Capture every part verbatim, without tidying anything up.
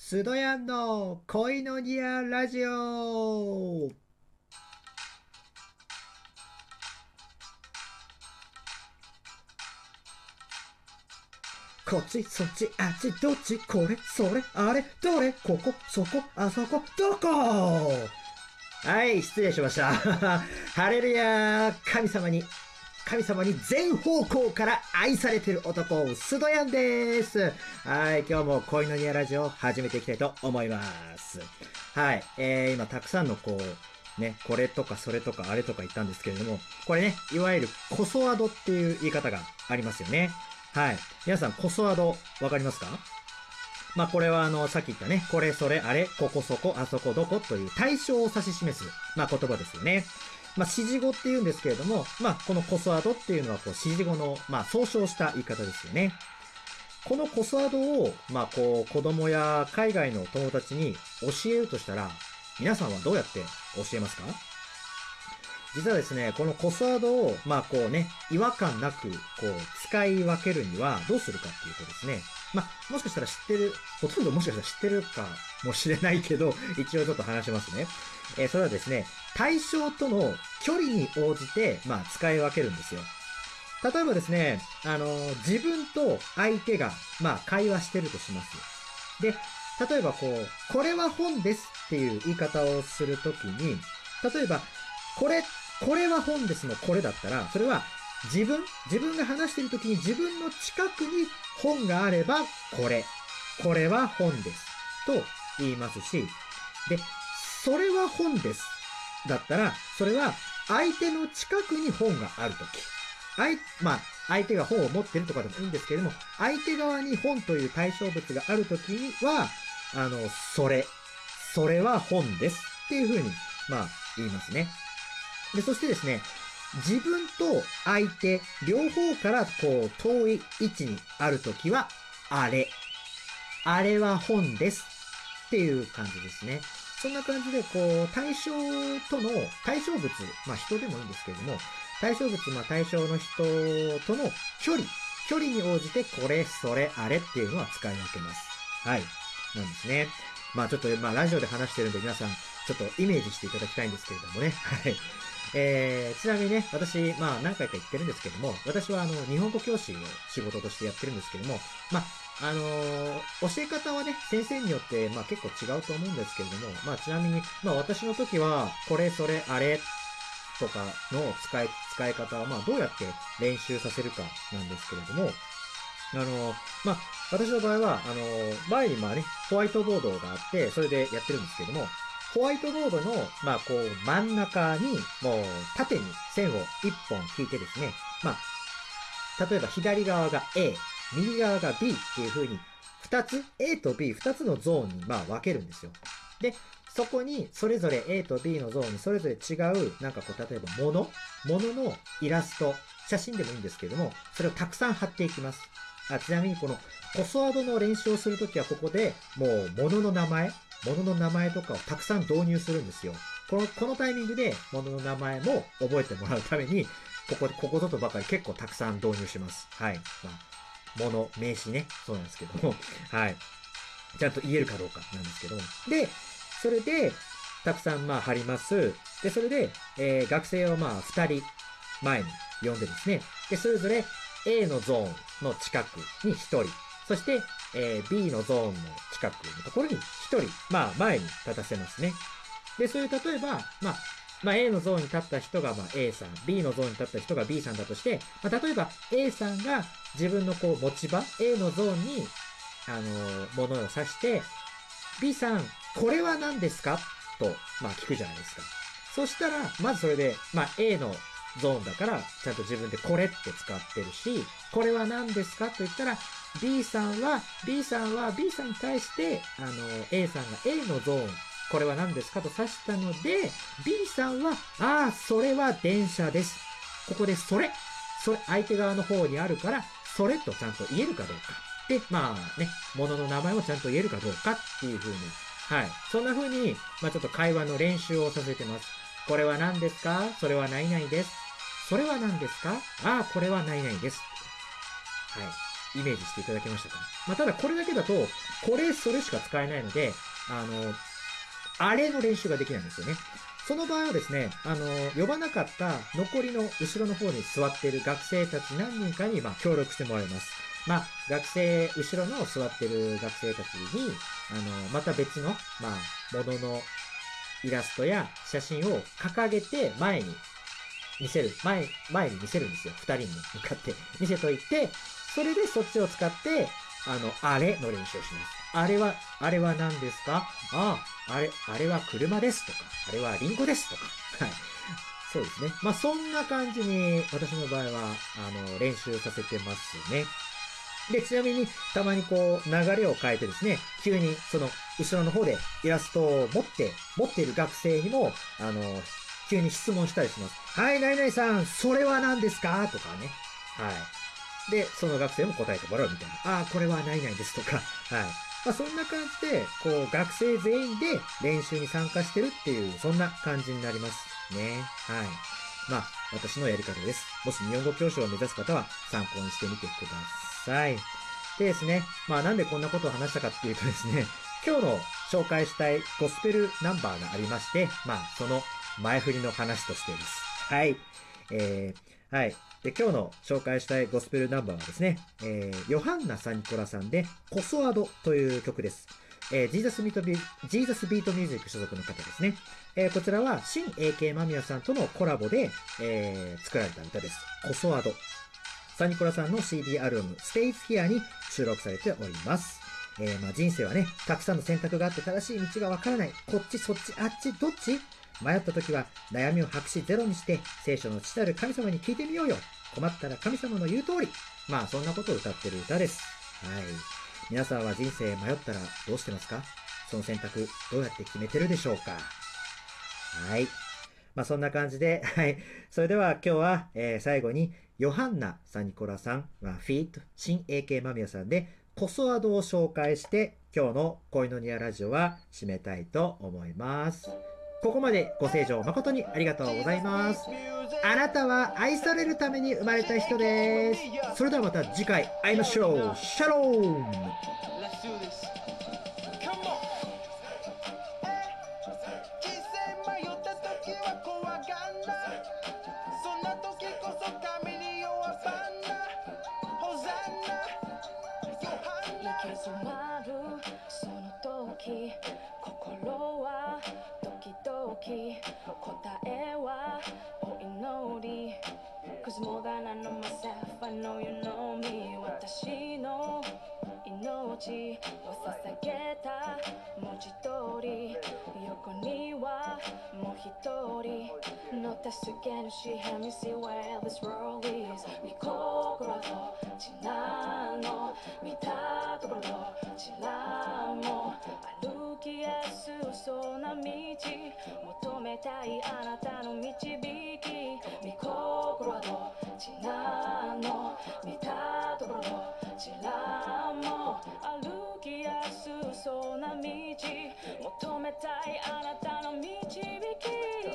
スドヤンの恋のニアラジオ。こっちそっちあっちどっちこれそれあれどれここそこあそこどこ。はい、失礼しました。ハレルヤ、神様に神様に全方向から愛されてる男、スドヤンです。はい、今日も恋のニアラジオを始めていきたいと思います。はい、えー、今たくさんのこう、ね、これとかそれとかあれとか言ったんですけれども、これね、いわゆるコソアドっていう言い方がありますよね。はい。皆さん、コソアドわかりますか？まあ、これはあの、さっき言ったね、これそれあれ、ここそこ、あそこどこという対象を指し示す、まあ、言葉ですよね。まあ、指示語って言うんですけれども、まあ、このコソアドっていうのはこう指示語の、まあ、総称した言い方ですよね。このコソアドを、まあ、こう、子供や海外の友達に教えるとしたら、皆さんはどうやって教えますか？実はですね、このコソワードを、まあこうね、違和感なく、こう、使い分けるにはどうするかっていうとですね、まあ、もしかしたら知ってる、ほとんどもしかしたら知ってるかもしれないけど、一応ちょっと話しますね。えー、それはですね、対象との距離に応じて、まあ、使い分けるんですよ。例えばですね、あのー自分と相手が、まあ、会話してるとします。で、例えばこう、これは本ですっていう言い方をするときに、例えば、これこれは本ですのこれだったら、それは自分、自分が話しているときに自分の近くに本があれば、これ、これは本です。と言いますし、で、それは本です。だったら、それは相手の近くに本があるとき。相、まあ、相手が本を持ってるとかでもいいんですけれども、相手側に本という対象物があるときには、あの、それ、それは本ですっていうふうに、まあ、言いますね。で、そしてですね、自分と相手、両方からこう、遠い位置にあるときは、あれ。あれは本です。っていう感じですね。そんな感じで、こう、対象との、対象物、まあ人でもいいんですけれども、対象物、まあ対象の人との距離、距離に応じて、これ、それ、あれっていうのは使い分けます。はい。なんですね。まあちょっと、まあラジオで話してるんで皆さん、ちょっとイメージしていただきたいんですけれどもね。はい。えー、ちなみにね、私、まあ何回か言ってるんですけども、私はあの、日本語教師を仕事としてやってるんですけども、まあ、あのー教え方はね、先生によって、まあ結構違うと思うんですけれども、まあちなみに、まあ私の時は、これ、それ、あれ、とかの使い、使い方は、まあどうやって練習させるかなんですけれども、あのーまあ私の場合は、あのー前にまあね、ホワイトボードがあって、それでやってるんですけども、ホワイトボードの、まあこう、真ん中に、もう、縦に線を一本引いてですね、まあ、例えば左側が A、右側が B っていう風に、二つ、A と B、二つのゾーンにまあ分けるんですよ。で、そこにそれぞれ A と B のゾーンにそれぞれ違う、なんかこう、例えば物、物のイラスト、写真でもいいんですけども、それをたくさん貼っていきます。あ、ちなみにこのコスワードの練習をするときはここでもう物の名前、物の名前とかをたくさん導入するんですよ。この、このタイミングで物の名前も覚えてもらうために、ここで、ここぞとばかり結構たくさん導入します。はい。まあ、物、名詞ね。そうなんですけども。はい。ちゃんと言えるかどうかなんですけど。で、それで、たくさんまあ貼ります。で、それで、えー、学生をまあふたり前に呼んでですね。で、それぞれ A のゾーンの近くにひとり。そして、えー、B のゾーンの近くのところにひとり、まあ前に立たせますね。で、そういう例えば、まあ、まあ、A のゾーンに立った人がまあ A さん、B のゾーンに立った人が B さんだとして、まあ、例えば A さんが自分のこう持ち場、A のゾーンに、あのー、ものを指して、B さん、これは何ですかと、まあ聞くじゃないですか。そしたら、まずそれで、まあ A のゾーンだから、ちゃんと自分でこれって使ってるし、これは何ですかと言ったら、B さんは、B さんは B さんに対して、あの、A さんが A のゾーン、これは何ですかと指したので、B さんは、ああ、それは電車です。ここでそれ、それ、相手側の方にあるから、それとちゃんと言えるかどうか。で、まあね、物の名前をちゃんと言えるかどうかっていう風に、はい。そんな風に、まあちょっと会話の練習をさせてます。これは何ですか？それは何々です。それは何ですか？ああ、これは何々です。はい。 イメージしていただけましたかね。まあ、ただこれだけだと、これ、それしか使えないので、あの、あれの練習ができないんですよね。その場合はですね、あの、呼ばなかった残りの後ろの方に座っている学生たち何人かに、まあ、協力してもらいます。まあ、学生、後ろの座ってる学生たちに、あの、また別の、まあ、もののイラストや写真を掲げて前に見せる、前、前に見せるんですよ。二人に向かって見せといて、それでそっちを使って、あの、あれの練習をします。あれは、あれは何ですか？ああ、あれ、あれは車ですとか、あれはリンゴですとか。はい。そうですね。まあ、そんな感じに、私の場合は、あの、練習させてますね。で、ちなみに、たまにこう、流れを変えてですね、急に、その、後ろの方でイラストを持って、持っている学生にも、あの、急に質問したりします。はい、何々さん、それは何ですかとかね。はい。で、その学生も答えてもらうみたいな。ああ、これは何々ですとか。はい。まあ、そんな感じで、こう、学生全員で練習に参加してるっていう、そんな感じになりますね。はい。まあ、私のやり方です。もし日本語教師を目指す方は参考にしてみてください。でですね、まあなんでこんなことを話したかっていうとですね、今日の紹介したいゴスペルナンバーがありまして、まあその前振りの話としてです。はい。えー、はい。で、今日の紹介したいゴスペルナンバーはですね、えー、ヨハンナ・サニコラさんで、コソアドという曲です。えー、ジーザスビートビジーザスビートミュージック所属の方ですね。えー、こちらは、新 エーケー マミヤさんとのコラボで、えー、作られた歌です。コソアド。サニコラさんの シーディー アルバム、Stays Here に収録されております。えー、まあ人生はね、たくさんの選択があって正しい道がわからない。こっち、そっち、あっち、どっち？迷った時は悩みを白紙ゼロにして聖書の父なる神様に聞いてみようよ。困ったら神様の言う通り。まあそんなことを歌ってる歌です。はい。皆さんは人生迷ったらどうしてますか？その選択どうやって決めてるでしょうか？はい。まあそんな感じで、はい。それでは今日は、えー最後にヨハンナ・サニコラさん、まあ、フィート、新 エーケー マミヤさんでコソアドを紹介して今日の恋のニアラジオは締めたいと思います。ここまでご清聴誠にありがとうございます。あなたは愛されるために生まれた人です。それではまた次回会いましょう。シャローム。 Let's do this. Come on. 人生迷った時は怖がんな。そんな時こそ神に弱さんな。ホザンナ。ヨハンナ。 行き詰まるその時、心はドキドキ、答えはお祈り。Cause more than I know myself, I know you know me. 私の命を捧げた文字通り、横にはもう一人の助け主。 Help me see where this world is. 御心と血なの見たところどちらも歩きやすそうな道、求めたいあなたの導き。御心と血なの見たところどちらも歩きやすそうな道、求めたいあなたの導き。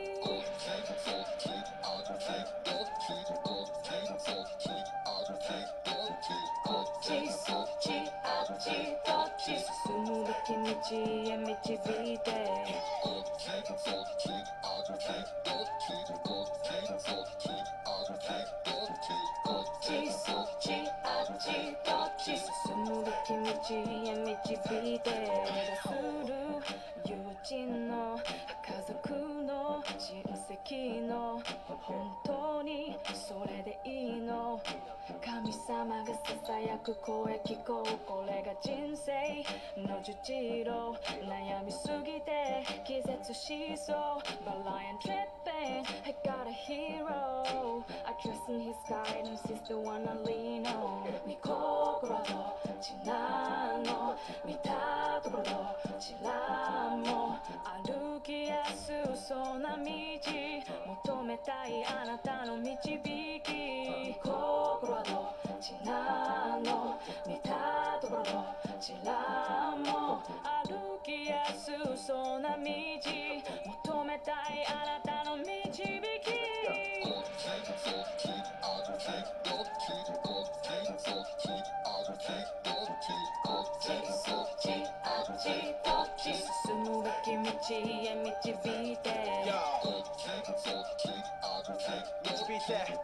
こっちそっちあっちどっち、進むべき道へ導いて。こっちそっちあっちどっち、こっちそっちあっちどっち、こっちそっちあっちどっち、進むべき道へ導いて。する友人の家族の親戚の本当にそれでいいの？神様がささやく声聞こう、これが人生の十字路。悩みすぎて気絶しそう、 But I am tripping, I got a hero. I trust in his guidance, he's the one I lean on. 御心と血なの見たところどちらも歩きやすそうな道、求めたいあなたの導き。心と血なの見たところどちらも歩きやすそうな道、求めたいあなたの導き。こっちそっちあっちどっち、こっちそっちあっへ導いて Yo 導いて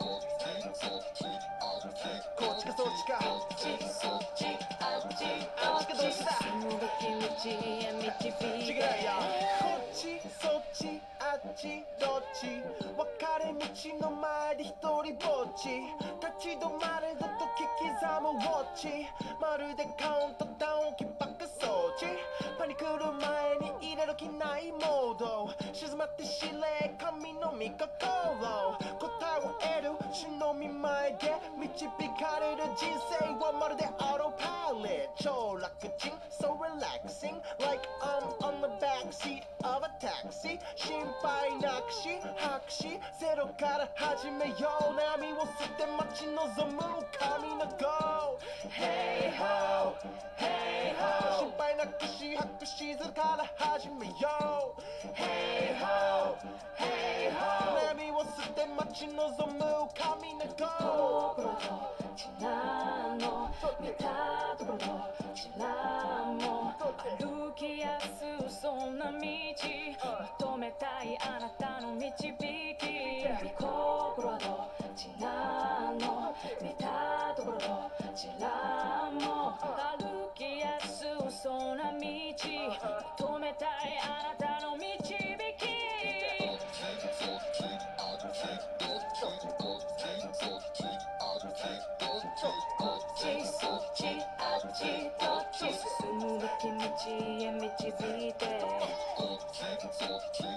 こっちかそっちかこっちそっちあっちあっちかどっちだ進むべき道へ導いて違うよこっちそっちあっちどっち分かれ道の前で一人ぼっち立ち止まるごと聞き刻むウォッチまるでカウントダウン起爆装置パニクる前に入れる気ないモード静まって司令神の御心答えを得る忍び前で導かれる人生はまるでオートパイロット超楽ちん So relaxing like I'm on the backseat of a taxi 心配なくし白紙ゼロから始めよう波を捨て待ち望む神の Go Hey ho Hey ho 心配なくし白紙ゼロから始めよう Hey ho Hey ho 波を捨て待ち望む神の Go 心とちらの見たところとちらも歩きやすそうな道求めたいあなたの導き心とちらの見たところとちらも歩きやすそうな道求めたいあなたの導きこっちそっちあっちどっち進むべき道へ導いてこっちそっち